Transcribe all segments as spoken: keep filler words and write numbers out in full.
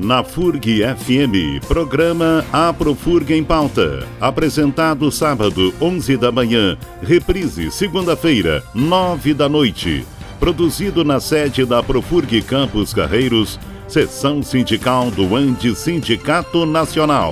na F U R G F M, programa AproFurg em Pauta. Apresentado sábado, onze da manhã, reprise segunda-feira, nove da noite. Produzido na sede da AproFurg Campos Carreiros, seção sindical do Andes Sindicato Nacional.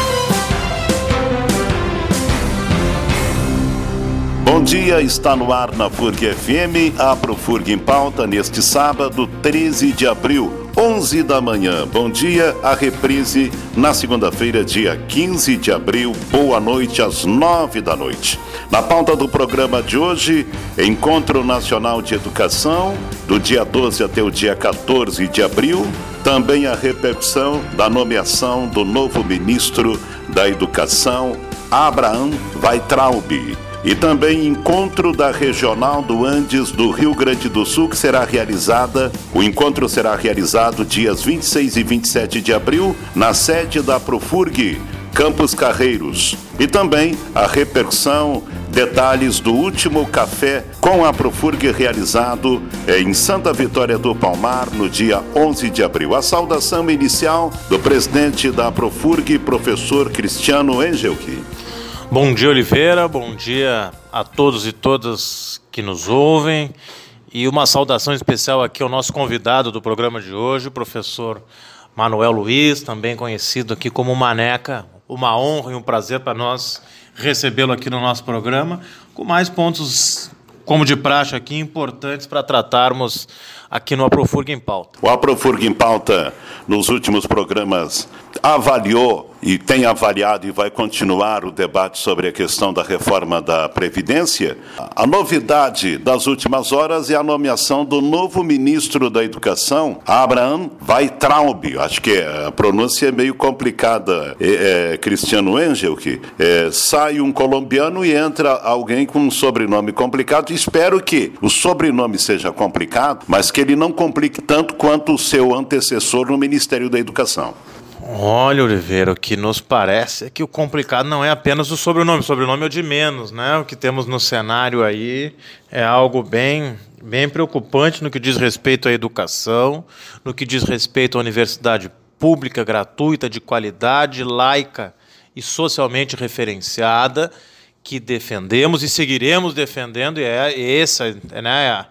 Bom dia, está no ar na F U R G F M, AproFurg em Pauta, neste sábado, treze de abril, onze da manhã. Bom dia, a reprise na segunda-feira, dia quinze de abril, boa noite, às nove da noite. Na pauta do programa de hoje, Encontro Nacional de Educação, do dia doze até o dia quatorze de abril, também a repercussão da nomeação do novo ministro da Educação, Abraham Weintraub. E também encontro da Regional do Andes do Rio Grande do Sul, que será realizada, o encontro será realizado dias vinte e seis e vinte e sete de abril, na sede da AproFurg, Campos Carreiros. E também a repercussão, detalhes do último café com a AproFurg realizado em Santa Vitória do Palmar, no dia onze de abril. A saudação inicial do presidente da AproFurg, professor Cristiano Engelke. Bom dia, Oliveira, bom dia a todos e todas que nos ouvem, e uma saudação especial aqui ao nosso convidado do programa de hoje, o professor Manuel Luiz, também conhecido aqui como Maneca. Uma honra e um prazer para nós recebê-lo aqui no nosso programa, com mais pontos, como de praxe aqui, importantes para tratarmos aqui no AproFurg em Pauta. O AproFurg em Pauta, nos últimos programas, avaliou e tem avaliado e vai continuar o debate sobre a questão da reforma da Previdência. A novidade das últimas horas é a nomeação do novo ministro da Educação, Abraham Weintraub. Acho que a pronúncia é meio complicada, é, é, Cristiano Engelke. É, sai um colombiano e entra alguém com um sobrenome complicado. Espero que o sobrenome seja complicado, mas que ele não complique tanto quanto o seu antecessor no Ministério da Educação. Olha, Oliveira, o que nos parece é que o complicado não é apenas o sobrenome. O sobrenome é o de menos, né? O que temos no cenário aí é algo bem, bem preocupante no que diz respeito à educação, no que diz respeito à universidade pública, gratuita, de qualidade, laica e socialmente referenciada, que defendemos e seguiremos defendendo, e é essa, né,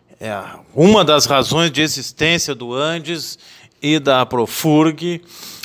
é uma das razões de existência do Andes e da AproFurg.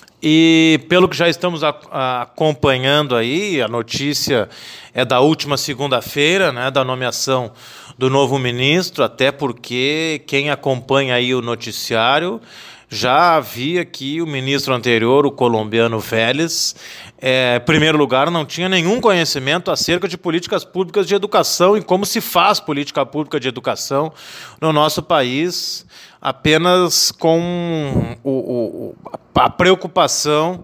E pelo que já estamos a, a, acompanhando aí, a notícia é da última segunda-feira, né, da nomeação do novo ministro, até porque quem acompanha aí o noticiário já havia que o ministro anterior, o colombiano Vélez, é, em primeiro lugar, não tinha nenhum conhecimento acerca de políticas públicas de educação e como se faz política pública de educação no nosso país, apenas com o, o, a preocupação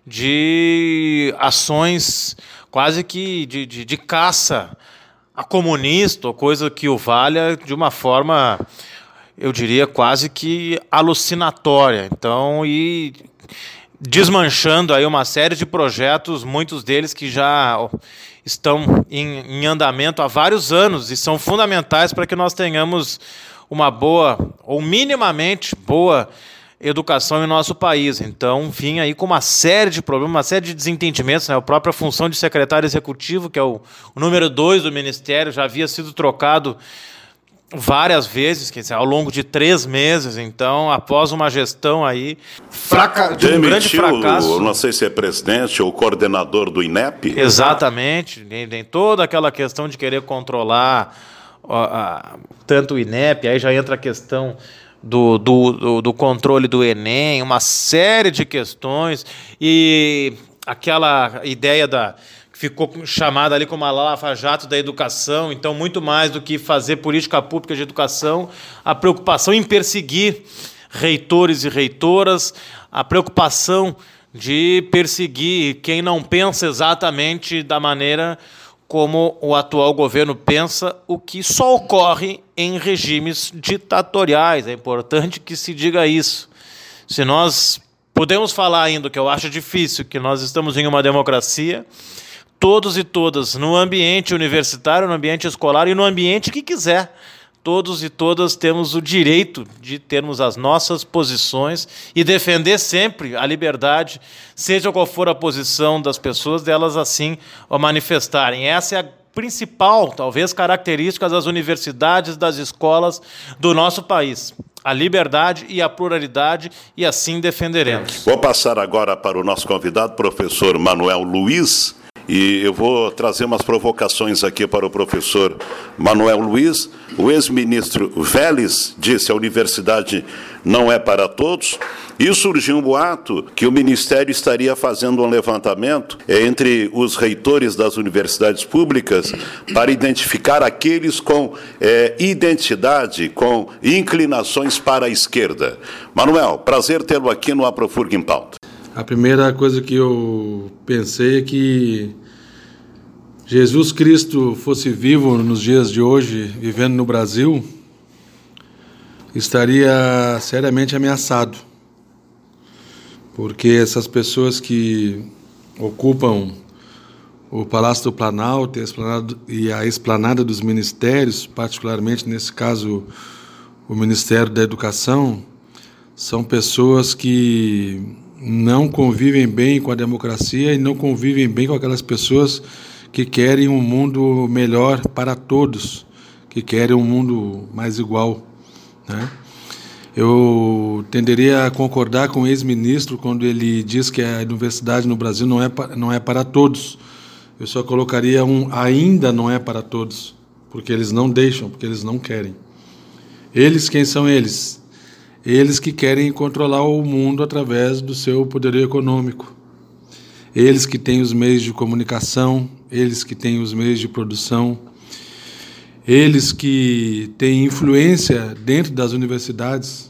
de ações quase que de, de, de caça a comunista, ou coisa que o valha de uma forma, eu diria, quase que alucinatória. Então, e desmanchando aí uma série de projetos, muitos deles que já estão em, em andamento há vários anos e são fundamentais para que nós tenhamos uma boa, ou minimamente boa, educação em nosso país. Então, vinha aí com uma série de problemas, uma série de desentendimentos, né? A própria função de secretário executivo, que é o, o número dois do Ministério, já havia sido trocado várias vezes, quer dizer, ao longo de três meses. Então, após uma gestão aí fraca, de um grande fracasso. Não sei se é presidente ou coordenador do INEP. Exatamente. Tem, tem toda aquela questão de querer controlar ó, a, tanto o INEP, aí já entra a questão do, do, do, do controle do Enem, uma série de questões, e aquela ideia da ficou chamada ali como a lava-jato da educação. Então, muito mais do que fazer política pública de educação, a preocupação em perseguir reitores e reitoras, a preocupação de perseguir quem não pensa exatamente da maneira como o atual governo pensa, o que só ocorre em regimes ditatoriais. É importante que se diga isso. Se nós podemos falar ainda, que eu acho difícil, que nós estamos em uma democracia, todos e todas, no ambiente universitário, no ambiente escolar e no ambiente que quiser, todos e todas temos o direito de termos as nossas posições e defender sempre a liberdade, seja qual for a posição das pessoas, delas assim o manifestarem. Essa é a principal, talvez, característica das universidades, das escolas do nosso país. A liberdade e a pluralidade, e assim defenderemos. Vou passar agora para o nosso convidado, professor Manuel Luiz, e eu vou trazer umas provocações aqui para o professor Manuel Luiz. O ex-ministro Vélez disse que a universidade não é para todos, e surgiu um boato que o Ministério estaria fazendo um levantamento entre os reitores das universidades públicas para identificar aqueles com é, identidade, com inclinações para a esquerda. Manuel, prazer tê-lo aqui no Aprofurg em Pauta. A primeira coisa que eu pensei é que Jesus Cristo fosse vivo nos dias de hoje, vivendo no Brasil, estaria seriamente ameaçado. Porque essas pessoas que ocupam o Palácio do Planalto e a esplanada dos ministérios, particularmente nesse caso o Ministério da Educação, são pessoas que não convivem bem com a democracia e não convivem bem com aquelas pessoas que querem um mundo melhor para todos, que querem um mundo mais igual, né? Eu tenderia a concordar com o ex-ministro quando ele diz que a universidade no Brasil não é, não é para todos. Eu só colocaria um ainda não é para todos, porque eles não deixam, porque eles não querem. Eles, quem são eles? Eles que querem controlar o mundo através do seu poderio econômico. Eles que têm os meios de comunicação, eles que têm os meios de produção, eles que têm influência dentro das universidades,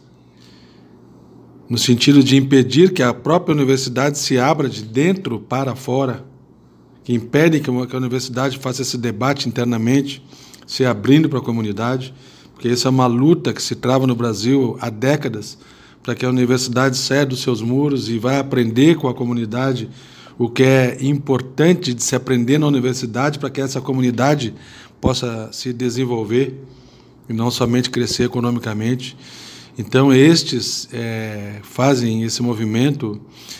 no sentido de impedir que a própria universidade se abra de dentro para fora, que impedem que a universidade faça esse debate internamente, se abrindo para a comunidade, porque essa é uma luta que se trava no Brasil há décadas, para que a universidade saia dos seus muros e vá aprender com a comunidade o que é importante de se aprender na universidade, para que essa comunidade possa se desenvolver e não somente crescer economicamente. Então, estes é, fazem esse movimento,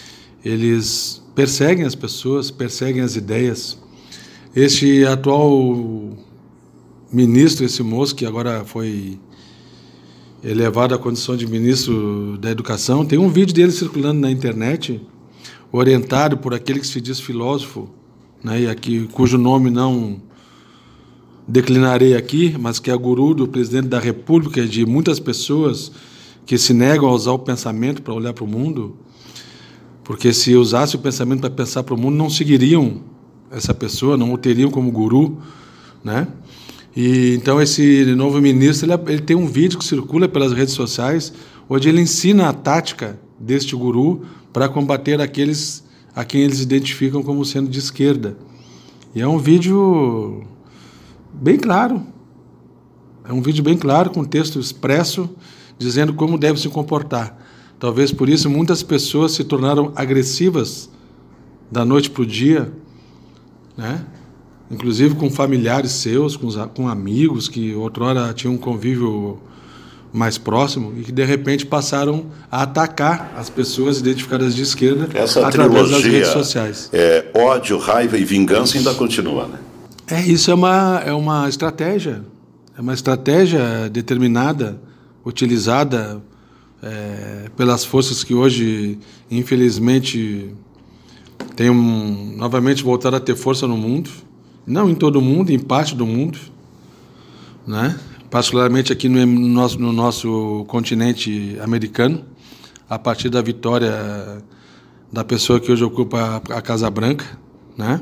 eles perseguem as pessoas, perseguem as ideias. Este atual ministro, esse moço que agora foi elevado à condição de ministro da Educação, tem um vídeo dele circulando na internet, orientado por aquele que se diz filósofo, né, e aqui, cujo nome não declinarei aqui, mas que é guru do presidente da República e de muitas pessoas que se negam a usar o pensamento para olhar para o mundo, porque se usasse o pensamento para pensar para o mundo, não seguiriam essa pessoa, não o teriam como guru, né? E então esse novo ministro, ele, ele tem um vídeo que circula pelas redes sociais, onde ele ensina a tática deste guru para combater aqueles a quem eles identificam como sendo de esquerda. E é um vídeo bem claro, é um vídeo bem claro, com texto expresso, dizendo como deve se comportar. Talvez por isso muitas pessoas se tornaram agressivas da noite para o dia, né? Inclusive com familiares seus, com, os, com amigos que outrora tinham um convívio mais próximo e que de repente passaram a atacar as pessoas identificadas de esquerda. Essa através das redes sociais. É, ódio, raiva e vingança ainda continua, né? É, isso é uma, é uma estratégia, é uma estratégia determinada, utilizada é, pelas forças que hoje, infelizmente, têm um, novamente voltado a ter força no mundo, não em todo o mundo, em parte do mundo, né? Particularmente aqui no nosso, no nosso continente americano, a partir da vitória da pessoa que hoje ocupa a Casa Branca, né?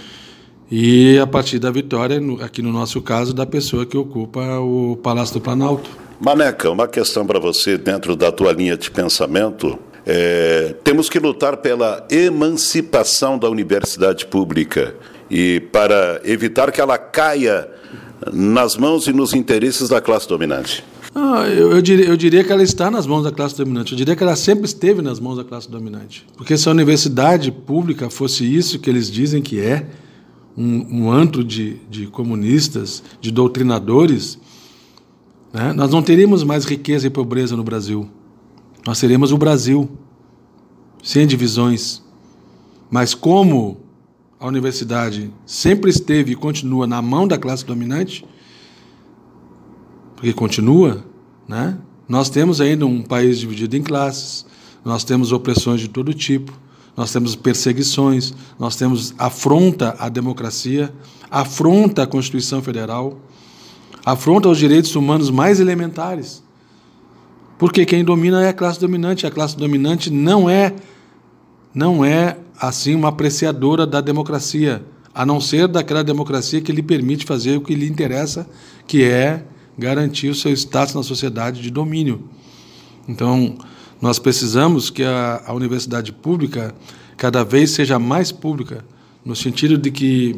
E a partir da vitória, aqui no nosso caso, da pessoa que ocupa o Palácio do Planalto. Maneca, uma questão para você dentro da tua linha de pensamento. É, temos que lutar pela emancipação da universidade pública e para evitar que ela caia nas mãos e nos interesses da classe dominante. Ah, eu, eu, diria, eu diria que ela está nas mãos da classe dominante. Eu diria que ela sempre esteve nas mãos da classe dominante. Porque se a universidade pública fosse isso que eles dizem que é, um, um antro de, de comunistas, de doutrinadores, né? Nós não teríamos mais riqueza e pobreza no Brasil. Nós teríamos o Brasil, sem divisões. Mas como a universidade sempre esteve e continua na mão da classe dominante, porque continua, né? Nós temos ainda um país dividido em classes, nós temos opressões de todo tipo, nós temos perseguições, nós temos afronta à democracia, afronta à Constituição Federal, afronta aos direitos humanos mais elementares. Porque quem domina é a classe dominante, a classe dominante não é, não é assim, uma apreciadora da democracia, a não ser daquela democracia que lhe permite fazer o que lhe interessa, que é garantir o seu status na sociedade de domínio. Então, nós precisamos que a, a universidade pública cada vez seja mais pública, no sentido de que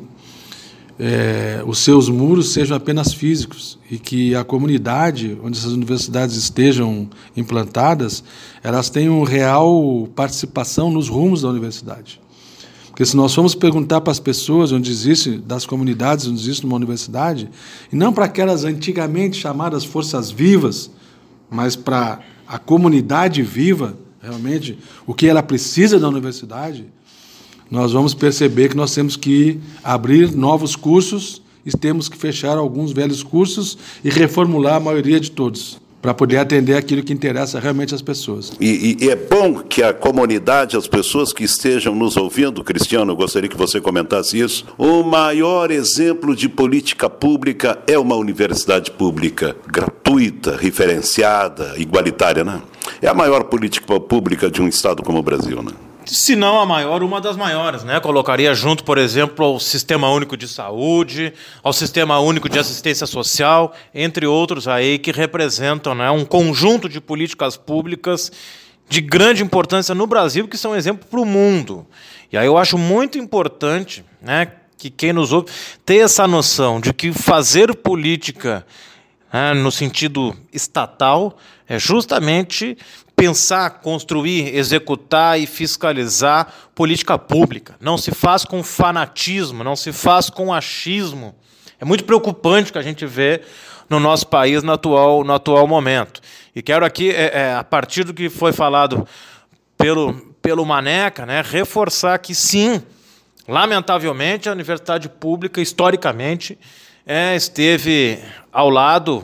é, os seus muros sejam apenas físicos e que a comunidade onde essas universidades estejam implantadas, elas tenham real participação nos rumos da universidade. Porque se nós formos perguntar para as pessoas onde existe, das comunidades onde existe uma universidade, e não para aquelas antigamente chamadas forças vivas, mas para a comunidade viva, realmente, o que ela precisa da universidade, nós vamos perceber que nós temos que abrir novos cursos e temos que fechar alguns velhos cursos e reformular a maioria de todos, para poder atender aquilo que interessa realmente às pessoas. E, e é bom que a comunidade, as pessoas que estejam nos ouvindo, Cristiano, eu gostaria que você comentasse isso, o maior exemplo de política pública é uma universidade pública, gratuita, referenciada, igualitária, né? É a maior política pública de um estado como o Brasil, né? Se não a maior, uma das maiores, né? Colocaria junto, por exemplo, ao Sistema Único de Saúde, ao Sistema Único de Assistência Social, entre outros aí que representam, né, um conjunto de políticas públicas de grande importância no Brasil, que são um exemplo para o mundo. E aí eu acho muito importante, né, que quem nos ouve tenha essa noção de que fazer política, né, no sentido estatal é justamente pensar, construir, executar e fiscalizar política pública. Não se faz com fanatismo, não se faz com achismo. É muito preocupante o que a gente vê no nosso país no atual, no atual momento. E quero aqui, é, é, a partir do que foi falado pelo, pelo Maneca, né, reforçar que, sim, lamentavelmente, a universidade pública, historicamente, é, esteve ao lado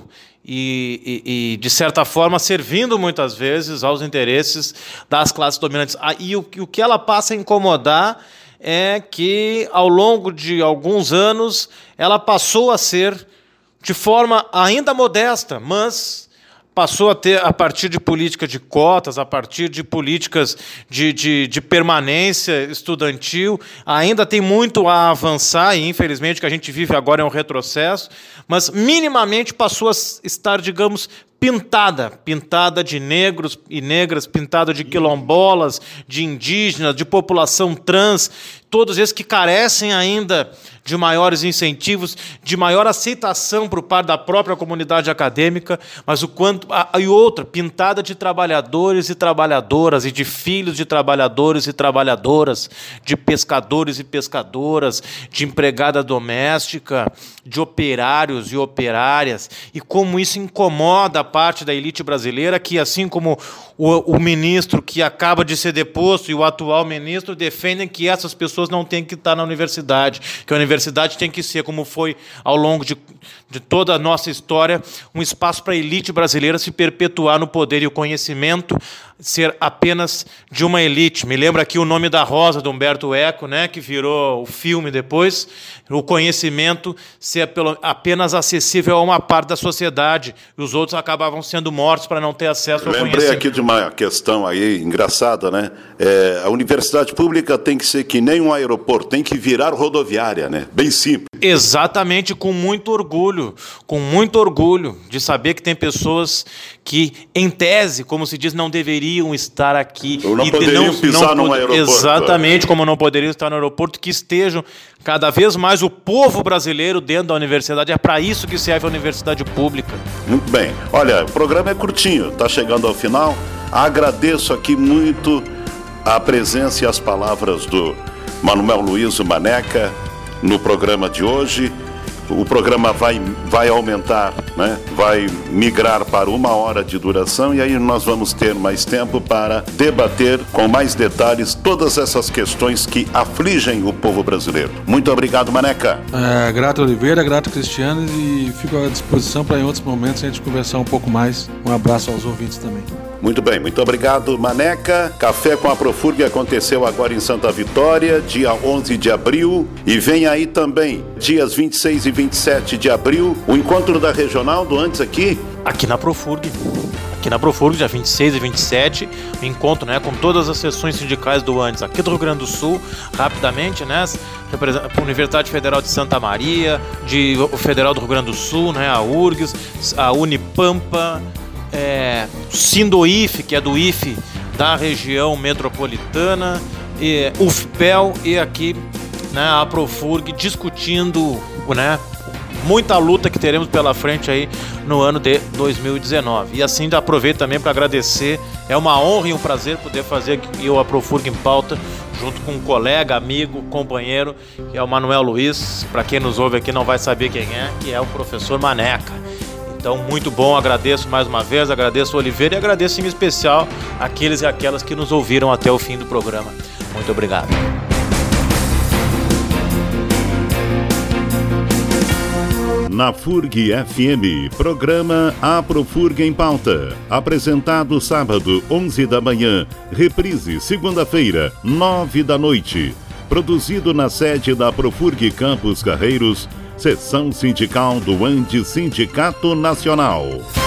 E, e, e, de certa forma, servindo muitas vezes aos interesses das classes dominantes. Ah, e o, o que ela passa a incomodar é que, ao longo de alguns anos, ela passou a ser, de forma ainda modesta, mas passou a ter, a partir de políticas de cotas, a partir de políticas de, de, de permanência estudantil, ainda tem muito a avançar, e infelizmente o que a gente vive agora é um retrocesso, mas minimamente passou a estar, digamos, pintada, pintada de negros e negras, pintada de quilombolas, de indígenas, de população trans, todos esses que carecem ainda de maiores incentivos, de maior aceitação por parte da própria comunidade acadêmica, mas o quanto a, e outra, pintada de trabalhadores e trabalhadoras, e de filhos de trabalhadores e trabalhadoras, de pescadores e pescadoras, de empregada doméstica, de operários e operárias, e como isso incomoda a parte da elite brasileira, que, assim como o, o ministro que acaba de ser deposto e o atual ministro defendem que essas pessoas não têm que estar na universidade, que a universidade tem que ser, como foi ao longo de, de toda a nossa história, um espaço para a elite brasileira se perpetuar no poder, e o conhecimento ser apenas de uma elite. Me lembra aqui o Nome da Rosa, do Humberto Eco, né, que virou o filme depois, o conhecimento ser pelo, apenas acessível a uma parte da sociedade, e os outros acabavam sendo mortos para não ter acesso ao conhecimento. Lembrei aqui de uma questão aí engraçada, né? É, a universidade pública tem que ser que nem um aeroporto, tem que virar rodoviária, né? Bem simples. Exatamente, com muito orgulho, com muito orgulho de saber que tem pessoas que, em tese, como se diz, não deveriam estar aqui. Ou não e poderiam não, pisar não, num aeroporto. Exatamente, como não poderiam estar no aeroporto, que estejam cada vez mais o povo brasileiro dentro da universidade. É para isso que serve a universidade pública. Muito bem. Olha, o programa é curtinho, está chegando ao final. Agradeço aqui muito a presença e as palavras do Manuel Luiz Maneca no programa de hoje. o programa vai, vai aumentar, né? Vai migrar para uma hora de duração, e aí nós vamos ter mais tempo para debater com mais detalhes todas essas questões que afligem o povo brasileiro. Muito obrigado, Maneca. É, grato, Oliveira, grato, Cristiano, e fico à disposição para em outros momentos a gente conversar um pouco mais. Um abraço aos ouvintes também. Muito bem, muito obrigado, Maneca. Café com a Profurg aconteceu agora em Santa Vitória, dia onze de abril, e vem aí também, dias vinte e seis e vinte e sete de abril, o encontro da Regional do Andes aqui. Aqui na Profurg. Aqui na Profurg, dia vinte e seis e vinte e sete, o encontro, né, com todas as seções sindicais do Andes aqui do Rio Grande do Sul, rapidamente, né, a Universidade Federal de Santa Maria, de, o Federal do Rio Grande do Sul, né, a U R G S, a Unipampa, é, o Sindoif, que é do I F E da região metropolitana, e, U F P E L e aqui, né, a Profurg discutindo, né, muita luta que teremos pela frente aí no ano de dois mil e dezenove. E assim aproveito também para agradecer, é uma honra e um prazer poder fazer aqui o A Profurg em Pauta, junto com um colega, amigo, companheiro, que é o Manuel Luiz, para quem nos ouve aqui não vai saber quem é, que é o professor Maneca. Então, muito bom, agradeço mais uma vez, agradeço o Oliveira e agradeço em especial aqueles e aquelas que nos ouviram até o fim do programa. Muito obrigado. Na F U R G F M, programa A Profurg em Pauta. Apresentado sábado, onze da manhã. Reprise, segunda-feira, nove da noite. Produzido na sede da Profurg Campos Carreiros, Seção Sindical do Andes Sindicato Nacional.